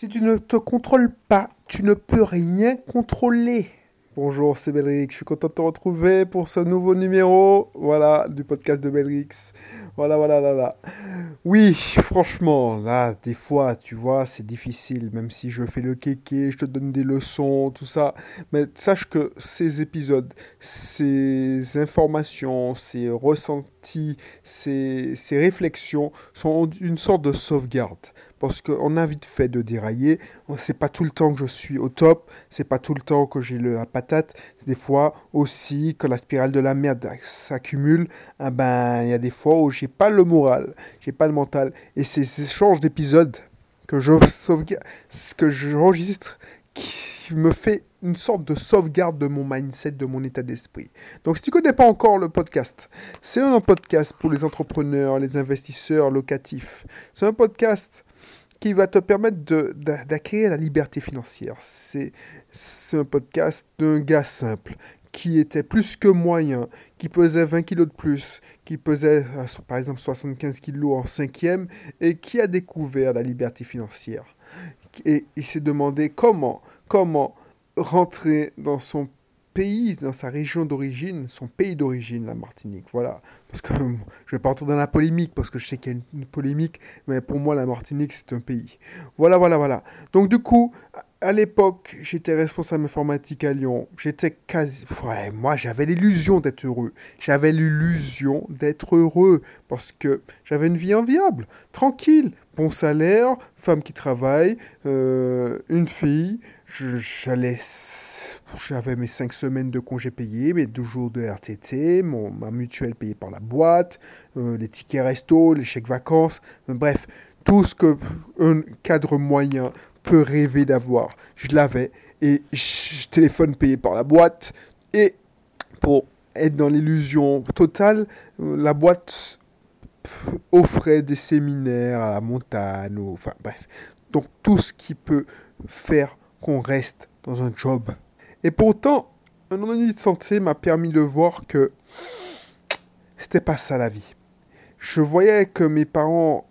Si tu ne te contrôles pas, tu ne peux rien contrôler. Bonjour, c'est Belrix. Je suis content de te retrouver pour ce nouveau numéro, voilà, du podcast de Belrix. Voilà. Oui, franchement, là, des fois, tu vois, c'est difficile, même si je fais le kéké, je te donne des leçons, tout ça. Mais sache que ces épisodes, ces informations, ces ressentis, ces réflexions sont une sorte de sauvegarde. Parce qu'on a vite fait de dérailler. C'est pas tout le temps que je suis au top, c'est pas tout le temps que j'ai la patate. Des fois aussi, quand la spirale de la merde s'accumule, ah ben, il y a des fois où j'ai pas le moral, j'ai pas le mental. Et ces échanges d'épisodes que que j'enregistre, qui me fait une sorte de sauvegarde de mon mindset, de mon état d'esprit. Donc si tu connais pas encore le podcast, c'est un podcast pour les entrepreneurs, les investisseurs locatifs. C'est un podcast qui va te permettre d'acquérir la liberté financière. C'est un podcast d'un gars simple, qui était plus que moyen, qui pesait 20 kilos de plus, qui pesait par exemple 75 kilos en cinquième, et qui a découvert la liberté financière. Et il s'est demandé comment rentrer dans son pays, dans sa région d'origine, son pays d'origine, la Martinique. Voilà. Parce que je ne vais pas entrer dans la polémique, parce que je sais qu'il y a une polémique, mais pour moi, la Martinique, c'est un pays. Voilà. Donc, du coup, à l'époque, j'étais responsable informatique à Lyon. J'étais quasi. Ouais, moi, j'avais l'illusion d'être heureux. J'avais l'illusion d'être heureux, parce que j'avais une vie enviable, tranquille, bon salaire, femme qui travaille, une fille. J'avais mes 5 semaines de congés payés, mes 12 jours de RTT, ma mutuelle payée par la boîte, les tickets resto, les chèques vacances, bref, tout ce qu'un cadre moyen peut rêver d'avoir. Je l'avais, et je téléphone payé par la boîte, et pour être dans l'illusion totale, la boîte offrait des séminaires à la montagne, enfin bref, donc tout ce qui peut faire qu'on reste dans un job. Et pourtant, un ennui de santé m'a permis de voir que c'était pas ça la vie. Je voyais que mes parents,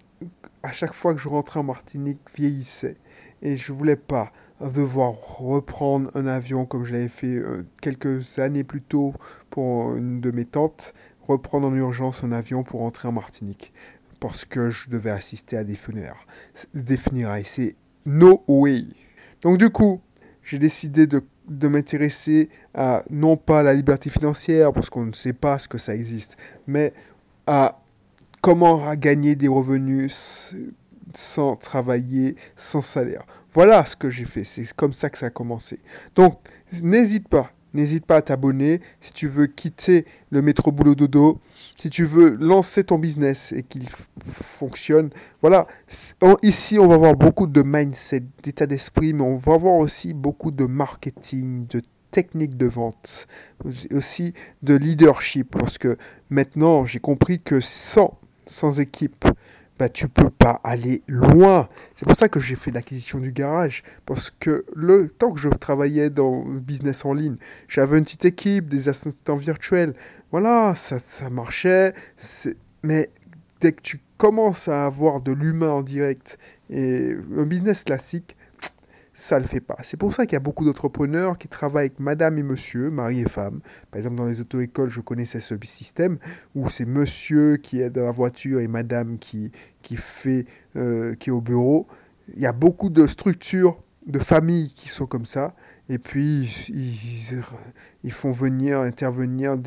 à chaque fois que je rentrais en Martinique, vieillissaient. Et je voulais pas devoir reprendre un avion comme je l'avais fait quelques années plus tôt pour une de mes tantes, reprendre en urgence un avion pour rentrer en Martinique. Parce que je devais assister à des funérailles. Des funérailles, c'est no way. Donc du coup, j'ai décidé de m'intéresser à, non pas à la liberté financière, parce qu'on ne sait pas ce que ça existe, mais à comment gagner des revenus sans travailler, sans salaire. Voilà ce que j'ai fait, c'est comme ça que ça a commencé. Donc, n'hésite pas à t'abonner si tu veux quitter le métro boulot dodo, si tu veux lancer ton business et qu'il fonctionne. Voilà, ici on va voir beaucoup de mindset, d'état d'esprit, mais on va voir aussi beaucoup de marketing, de technique de vente, aussi de leadership, parce que maintenant j'ai compris que sans équipe, bah, tu peux pas aller loin. C'est pour ça que j'ai fait l'acquisition du garage. Parce que le temps que je travaillais dans le business en ligne, j'avais une petite équipe, des assistants virtuels. Voilà, ça marchait. Mais dès que tu commences à avoir de l'humain en direct et un business classique, ça le fait pas. C'est pour ça qu'il y a beaucoup d'entrepreneurs qui travaillent avec madame et monsieur, mari et femme. Par exemple, dans les auto-écoles, je connaissais ce système où c'est monsieur qui est dans la voiture et madame qui est au bureau. Il y a beaucoup de structures de familles qui sont comme ça. Et puis, ils font intervenir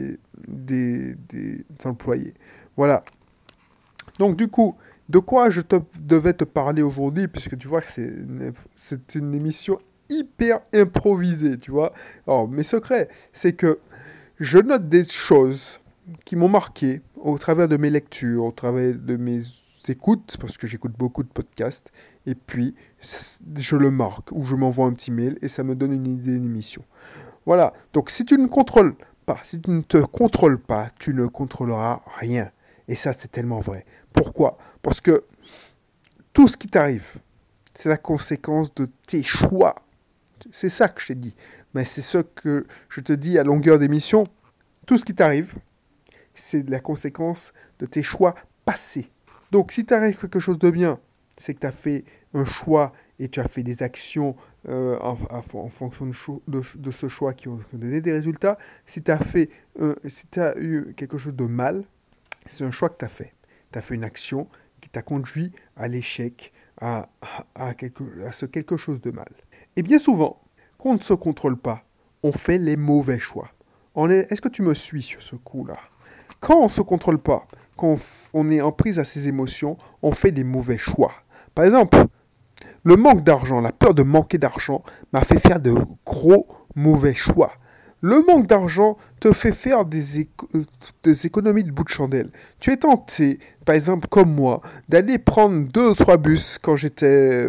des employés. Voilà. Donc, du coup, de quoi devais te parler aujourd'hui, puisque tu vois que c'est une émission hyper improvisée, tu vois. Alors, mes secrets, c'est que je note des choses qui m'ont marqué au travers de mes lectures, au travers de mes écoutes, parce que j'écoute beaucoup de podcasts, et puis je le marque, ou je m'envoie un petit mail, et ça me donne une idée d'une émission. Voilà, donc si tu ne contrôles pas, si tu ne te contrôles pas, tu ne contrôleras rien. Et ça, c'est tellement vrai. Pourquoi ? Parce que tout ce qui t'arrive, c'est la conséquence de tes choix. C'est ça que je t'ai dit. Mais c'est ce que je te dis à longueur d'émission. Tout ce qui t'arrive, c'est la conséquence de tes choix passés. Donc, si t'arrive quelque chose de bien, c'est que tu as fait un choix et tu as fait des actions en fonction de ce choix qui ont donné des résultats. Si tu as eu quelque chose de mal, c'est un choix que tu as fait. Tu as fait une action qui t'a conduit à l'échec, à ce quelque chose de mal. Et bien souvent, quand on ne se contrôle pas, on fait les mauvais choix. Est-ce que tu me suis sur ce coup-là? Quand on ne se contrôle pas, quand on est en prise à ses émotions, on fait des mauvais choix. Par exemple, le manque d'argent, la peur de manquer d'argent m'a fait faire de gros mauvais choix. Le manque d'argent te fait faire des économies de bout de chandelle. Tu es tenté, par exemple comme moi, d'aller prendre 2 ou 3 bus quand j'étais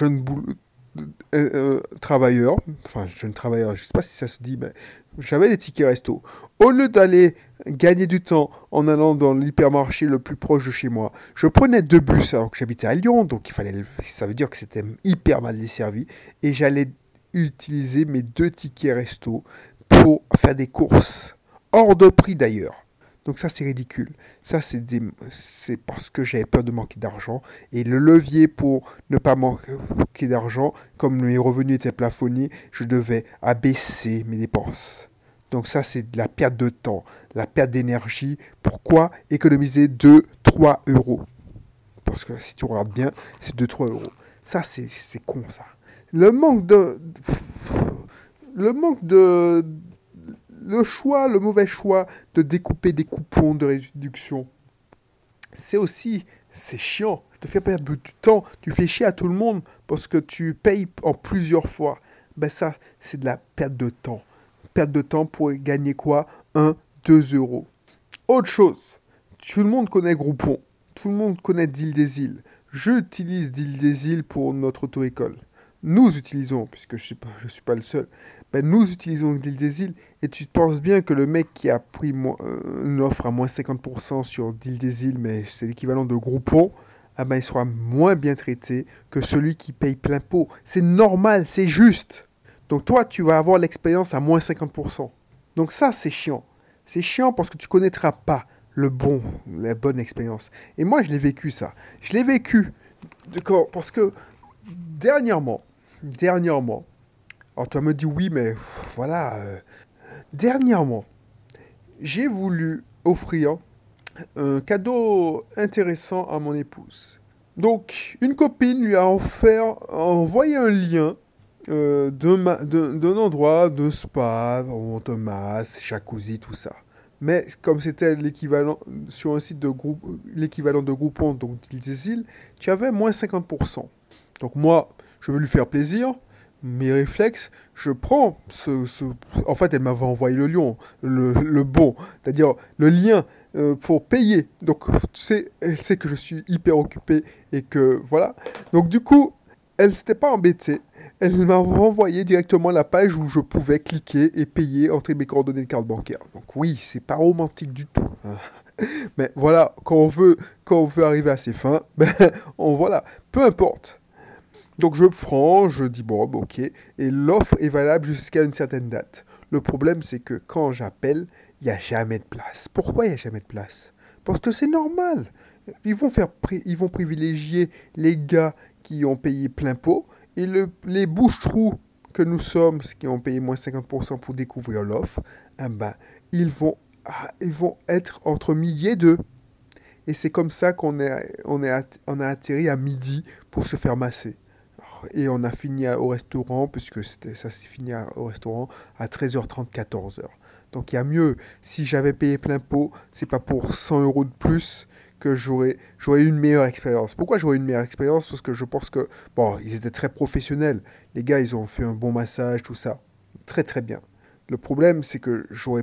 travailleur. Enfin, jeune travailleur, je ne sais pas si ça se dit, mais j'avais des tickets resto. Au lieu d'aller gagner du temps en allant dans l'hypermarché le plus proche de chez moi, je prenais 2 bus alors que j'habitais à Lyon, donc ça veut dire que c'était hyper mal desservi, et j'allais utiliser mes 2 tickets resto pour faire des courses. Hors de prix d'ailleurs. Donc ça, c'est ridicule. Ça, c'est parce que j'avais peur de manquer d'argent. Et le levier pour ne pas manquer d'argent, comme mes revenus étaient plafonnés, je devais abaisser mes dépenses. Donc ça, c'est de la perte de temps, la perte d'énergie. Pourquoi économiser 2-3 euros? Parce que si tu regardes bien, c'est 2-3 euros. Ça, c'est con, ça. Le manque de... Le manque de... Le mauvais choix de découper des coupons de réduction, c'est chiant. Ça te fait perdre du temps. Tu fais chier à tout le monde parce que tu payes en plusieurs fois. Ben ça, c'est de la perte de temps. Perte de temps pour gagner quoi? 1-2 euros. Autre chose, tout le monde connaît Groupon. Tout le monde connaît Deal des îles. J'utilise Deal des îles pour notre auto-école. Nous utilisons, puisque je ne suis pas le seul, nous utilisons Deal des îles et tu penses bien que le mec qui a pris une offre à moins 50% sur Deal des îles, mais c'est l'équivalent de Groupon, il sera moins bien traité que celui qui paye plein pot. C'est normal, c'est juste. Donc toi, tu vas avoir l'expérience à moins 50%. Donc ça, c'est chiant. C'est chiant parce que tu ne connaîtras pas la bonne expérience. Et moi, je l'ai vécu ça. Je l'ai vécu parce que dernièrement, alors tu vas me dire oui, mais voilà, dernièrement, j'ai voulu offrir un cadeau intéressant à mon épouse. Donc, une copine lui a envoyé un lien d'un endroit de spa, où on te masse, jacuzzi, tout ça. Mais comme c'était l'équivalent sur un site l'équivalent de Groupon, donc des îles, tu avais moins 50%. Donc moi, je veux lui faire plaisir. Mes réflexes, je prends En fait, elle m'avait envoyé le bon, c'est-à-dire le lien pour payer. Donc, elle sait que je suis hyper occupé et que voilà. Donc, du coup, elle s'était pas embêtée. Elle m'a envoyé directement la page où je pouvais cliquer et payer, entrer mes coordonnées de carte bancaire. Donc oui, c'est pas romantique du tout. Mais voilà, quand on veut arriver à ses fins, voilà, peu importe. Donc je prends, je dis bon, ok, et l'offre est valable jusqu'à une certaine date. Le problème, c'est que quand j'appelle, il n'y a jamais de place. Pourquoi il n'y a jamais de place? Parce que c'est normal. Ils vont privilégier les gars qui ont payé plein pot et les bouches-trous que nous sommes, qui ont payé moins 50% pour découvrir l'offre, ils vont être entre midi et 2. Et c'est comme ça qu'on a atterri à midi pour se faire masser. Et on a fini au restaurant, puisque ça s'est fini au restaurant à 13h30, 14h. Donc il y a mieux. Si j'avais payé plein pot, c'est pas pour 100 euros de plus que j'aurais eu une meilleure expérience. Pourquoi j'aurais eu une meilleure expérience? Parce que je pense que, bon, ils étaient très professionnels. Les gars, ils ont fait un bon massage, tout ça. Très très bien. Le problème, c'est que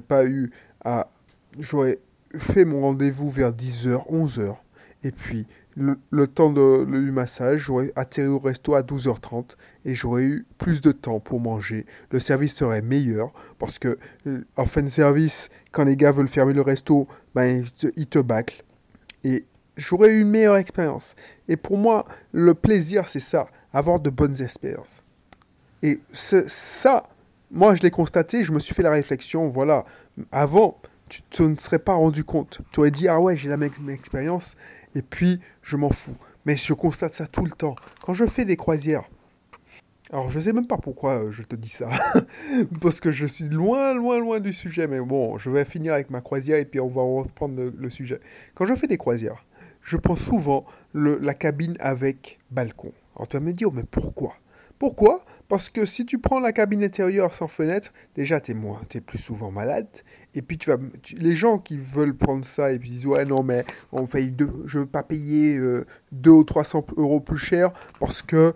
j'aurais fait mon rendez-vous vers 10h, 11h. Et puis, le temps du massage, j'aurais atterri au resto à 12h30 et j'aurais eu plus de temps pour manger. Le service serait meilleur parce que, en fin de service, quand les gars veulent fermer le resto, ils te bâclent. Et j'aurais eu une meilleure expérience. Et pour moi, le plaisir, c'est ça, avoir de bonnes expériences. Et ça, moi, je l'ai constaté, je me suis fait la réflexion, voilà. Avant, tu ne serais pas rendu compte. Tu aurais dit, ah ouais, j'ai la même expérience, et puis je m'en fous. Mais je constate ça tout le temps. Quand je fais des croisières, alors je sais même pas pourquoi je te dis ça, parce que je suis loin, loin, loin du sujet, mais bon, je vais finir avec ma croisière et puis on va reprendre le sujet. Quand je fais des croisières, je prends souvent la cabine avec balcon. Alors tu vas me dire, mais pourquoi? Pourquoi? Parce que si tu prends la cabine intérieure sans fenêtre, déjà t'es plus souvent malade. Et puis les gens qui veulent prendre ça et puis disent ouais non mais je veux pas payer 200 ou 300 euros plus cher parce que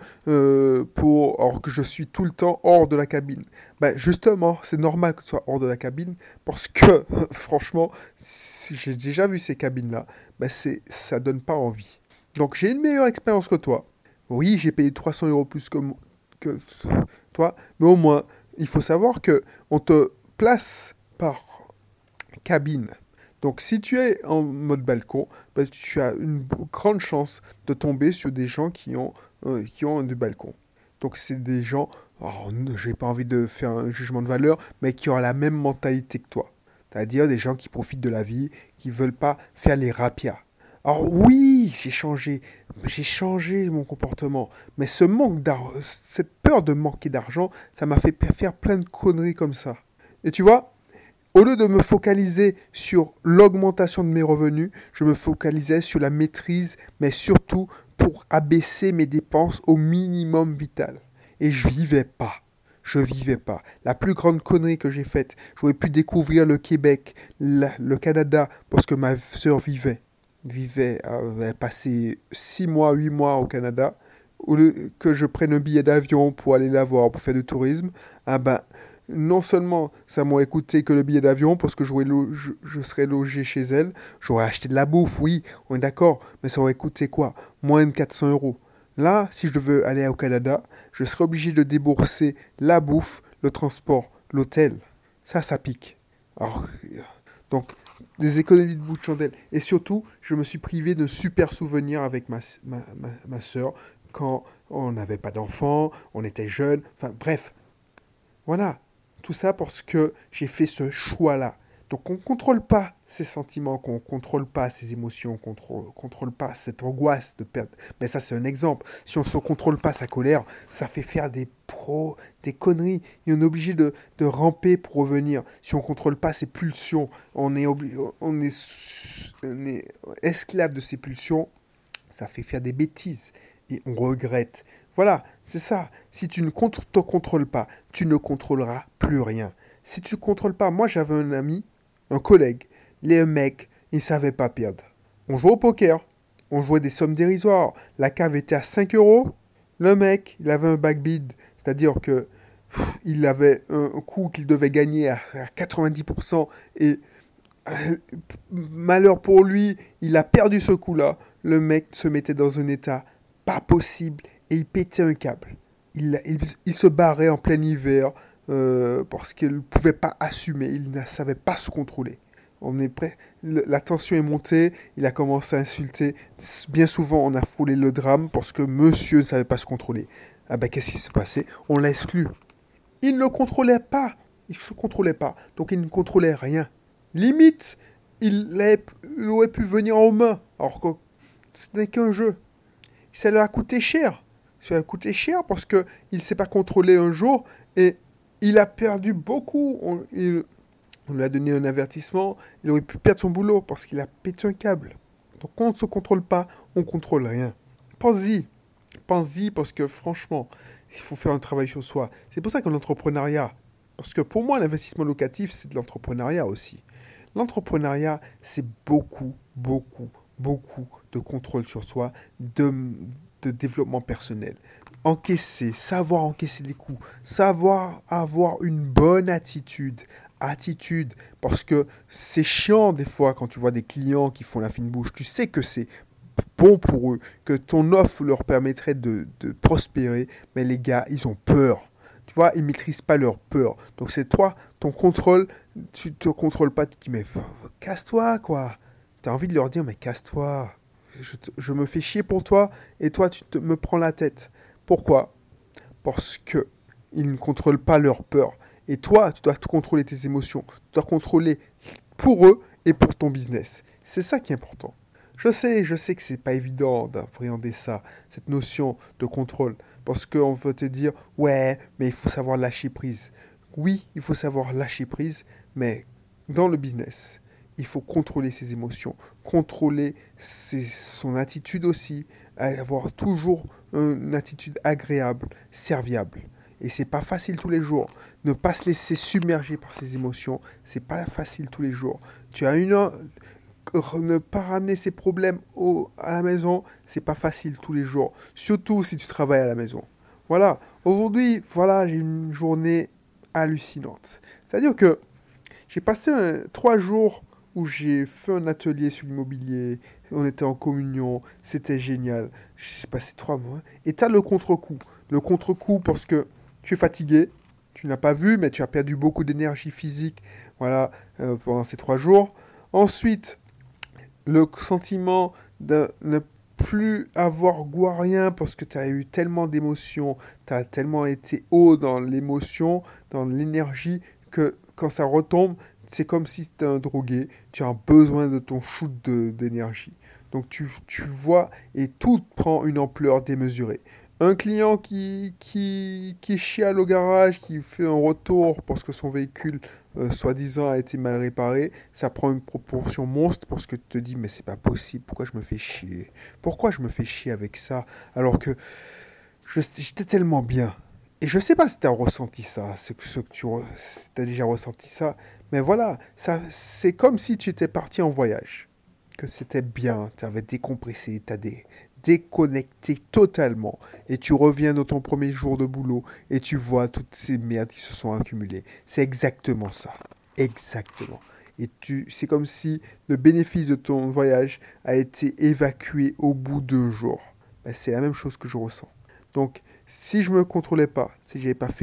alors que je suis tout le temps hors de la cabine. Ben justement c'est normal que tu sois hors de la cabine parce que franchement si j'ai déjà vu ces cabines là, ben ça donne pas envie. Donc j'ai une meilleure expérience que toi. Oui, j'ai payé 300 euros plus que toi, mais au moins, il faut savoir que on te place par cabine. Donc, si tu es en mode balcon, bah, tu as une grande chance de tomber sur des gens qui ont du balcon. Donc, c'est des gens, j'ai pas envie de faire un jugement de valeur, mais qui ont la même mentalité que toi. C'est-à-dire des gens qui profitent de la vie, qui veulent pas faire les rapias. Alors oui, j'ai changé mon comportement, mais cette peur de manquer d'argent, ça m'a fait faire plein de conneries comme ça. Et tu vois, au lieu de me focaliser sur l'augmentation de mes revenus, je me focalisais sur la maîtrise, mais surtout pour abaisser mes dépenses au minimum vital. Et je vivais pas. Je vivais pas. La plus grande connerie que j'ai faite, j'aurais pu découvrir le Québec, le Canada, parce que ma sœur avait passé 6 mois, 8 mois au Canada, au lieu que je prenne un billet d'avion pour aller la voir, pour faire du tourisme, ah ben, non seulement ça m'aurait coûté que le billet d'avion, parce que je serais logé chez elle, j'aurais acheté de la bouffe, oui, on est d'accord, mais ça aurait coûté quoi? Moins de 400 euros. Là, si je veux aller au Canada, je serais obligé de débourser la bouffe, le transport, l'hôtel. Ça pique. Alors, donc, des économies de bout de chandelle. Et surtout, je me suis privé de super souvenirs avec ma soeur quand on n'avait pas d'enfants, on était jeunes. Enfin, bref. Voilà. Tout ça parce que j'ai fait ce choix-là. Donc, on ne contrôle pas ses sentiments, qu'on ne contrôle pas ses émotions, qu'on ne contrôle pas cette angoisse de perdre. Mais ça, c'est un exemple. Si on ne se contrôle pas sa colère, ça fait faire des conneries. Et on est obligé de ramper pour revenir. Si on ne contrôle pas ses pulsions, on est esclave de ses pulsions, ça fait faire des bêtises. Et on regrette. Voilà, c'est ça. Si tu ne te contrôles pas, tu ne contrôleras plus rien. Si tu ne contrôles pas, moi j'avais un ami, un collègue, les mecs, ils ne savaient pas perdre. On jouait au poker, on jouait des sommes dérisoires. La cave était à 5 euros. Le mec, il avait un backbid, c'est-à-dire que il avait un coup qu'il devait gagner à 90% et malheur pour lui, il a perdu ce coup-là. Le mec se mettait dans un état pas possible et il pétait un câble. Il se barrait en plein hiver parce qu'il ne pouvait pas assumer, il ne savait pas se contrôler. On est prêt. La tension est montée, il a commencé à insulter. Bien souvent, on a frôlé le drame parce que monsieur ne savait pas se contrôler. Ah ben, qu'est-ce qui s'est passé? On l'a exclu. Il ne contrôlait pas. Il ne se contrôlait pas. Donc, il ne contrôlait rien. Limite, il aurait pu venir en main. Alors que ce n'est qu'un jeu. Ça lui a coûté cher. Ça lui a coûté cher parce qu'il ne s'est pas contrôlé un jour et il a perdu beaucoup. On lui a donné un avertissement. Il aurait pu perdre son boulot parce qu'il a pété un câble. Donc quand on ne se contrôle pas, on ne contrôle rien. Pense-y. Pense-y parce que franchement, il faut faire un travail sur soi. C'est pour ça que l'entrepreneuriat, parce que pour moi, l'investissement locatif, c'est de l'entrepreneuriat aussi. L'entrepreneuriat, c'est beaucoup, beaucoup, beaucoup de contrôle sur soi, de développement personnel. Savoir encaisser les coups, savoir avoir une bonne attitude, parce que c'est chiant des fois quand tu vois des clients qui font la fine bouche, tu sais que c'est bon pour eux, que ton offre leur permettrait de prospérer, mais les gars, ils ont peur. Tu vois, ils ne maîtrisent pas leur peur. Donc c'est toi, ton contrôle, tu ne te contrôles pas, tu te dis, mais casse-toi, quoi. Tu as envie de leur dire, mais casse-toi. Je me fais chier pour toi, et toi, me prends la tête. Pourquoi? Parce que ils ne contrôlent pas leur peur. Et toi, tu dois contrôler tes émotions. Tu dois contrôler pour eux et pour ton business. C'est ça qui est important. Je sais que c'est pas évident d'appréhender ça, cette notion de contrôle, parce qu'on veut te dire, ouais, mais il faut savoir lâcher prise. Oui, il faut savoir lâcher prise, mais dans le business, il faut contrôler ses émotions, contrôler son attitude aussi, avoir toujours une attitude agréable, serviable. Et c'est pas facile tous les jours. Ne pas se laisser submerger par ses émotions, c'est pas facile tous les jours. Tu as ne pas ramener ses problèmes à la maison, c'est pas facile tous les jours. Surtout si tu travailles à la maison. Voilà. Aujourd'hui, voilà, j'ai une journée hallucinante. C'est-à-dire que j'ai passé 3 jours où j'ai fait un atelier sur l'immobilier. On était en communion. C'était génial. J'ai passé 3 mois. Et tu as le contre-coup. Le contre-coup parce que tu es fatigué. Tu n'as pas vu, mais tu as perdu beaucoup d'énergie physique, voilà, pendant ces 3 jours. Ensuite, le sentiment de ne plus avoir goût à rien parce que tu as eu tellement d'émotions, tu as tellement été haut dans l'émotion, dans l'énergie, que quand ça retombe, c'est comme si tu es un drogué, tu as besoin de ton shoot d'énergie. Donc tu vois, et tout prend une ampleur démesurée. Un client qui chiale au garage, qui fait un retour parce que son véhicule, soi-disant, a été mal réparé, ça prend une proportion monstre parce que tu te dis, mais c'est pas possible, pourquoi je me fais chier? Pourquoi je me fais chier avec ça alors que j'étais tellement bien? Et je sais pas si tu as ressenti ça, si tu as déjà ressenti ça, mais voilà, ça, c'est comme si tu étais parti en voyage, que c'était bien, tu avais décompressé, tu as déconnecté totalement, et tu reviens dans ton premier jour de boulot, et tu vois toutes ces merdes qui se sont accumulées. C'est exactement ça. Exactement. Et c'est comme si le bénéfice de ton voyage a été évacué au bout de 2 jours. Ben, c'est la même chose que je ressens. Donc, si je me contrôlais pas, si j'avais pas fait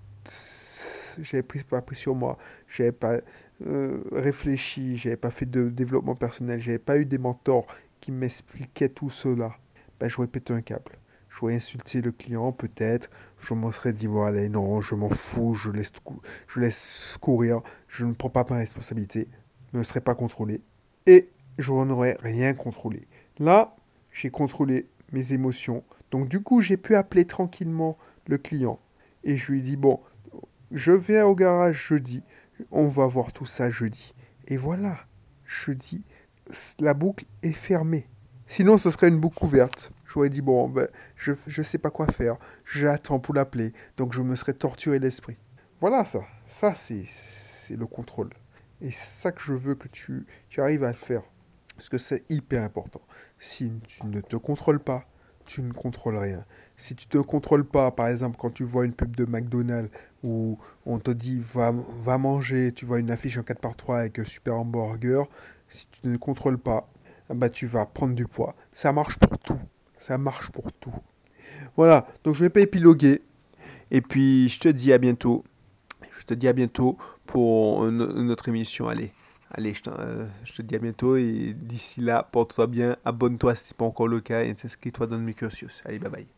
pas pris sur moi, j'avais pas réfléchi, j'avais pas fait de développement personnel, j'avais pas eu des mentors qui m'expliquaient tout cela, ben j'aurais pété un câble. J'aurais insulté le client peut-être, je m'en serais dit voilà non, je m'en fous, je laisse courir, je ne prends pas ma responsabilité, ne serais pas contrôlé et je n'aurais rien contrôlé. Là, j'ai contrôlé mes émotions. Donc du coup, j'ai pu appeler tranquillement le client et je lui ai dit bon, je vais au garage jeudi, on va voir tout ça jeudi. Et voilà, jeudi, la boucle est fermée. Sinon, ce serait une boucle ouverte. J'aurais dit, bon, ben, je ne sais pas quoi faire. J'attends pour l'appeler. Donc, je me serais torturé l'esprit. Voilà ça. Ça, c'est le contrôle. Et c'est ça que je veux que tu arrives à le faire. Parce que c'est hyper important. Si tu ne te contrôles pas, tu ne contrôles rien. Si tu ne te contrôles pas, par exemple, quand tu vois une pub de McDonald's où on te dit va manger, tu vois une affiche en 4x3 avec un super hamburger, si tu ne contrôles pas, bah tu vas prendre du poids. Ça marche pour tout. Ça marche pour tout. Voilà, donc je vais pas épiloguer. Et puis je te dis à bientôt. Je te dis à bientôt pour une autre émission. Allez, je te dis à bientôt et d'ici là, porte-toi bien, abonne-toi si ce n'est pas encore le cas et inscris-toi dans le Cursus. Allez, bye bye.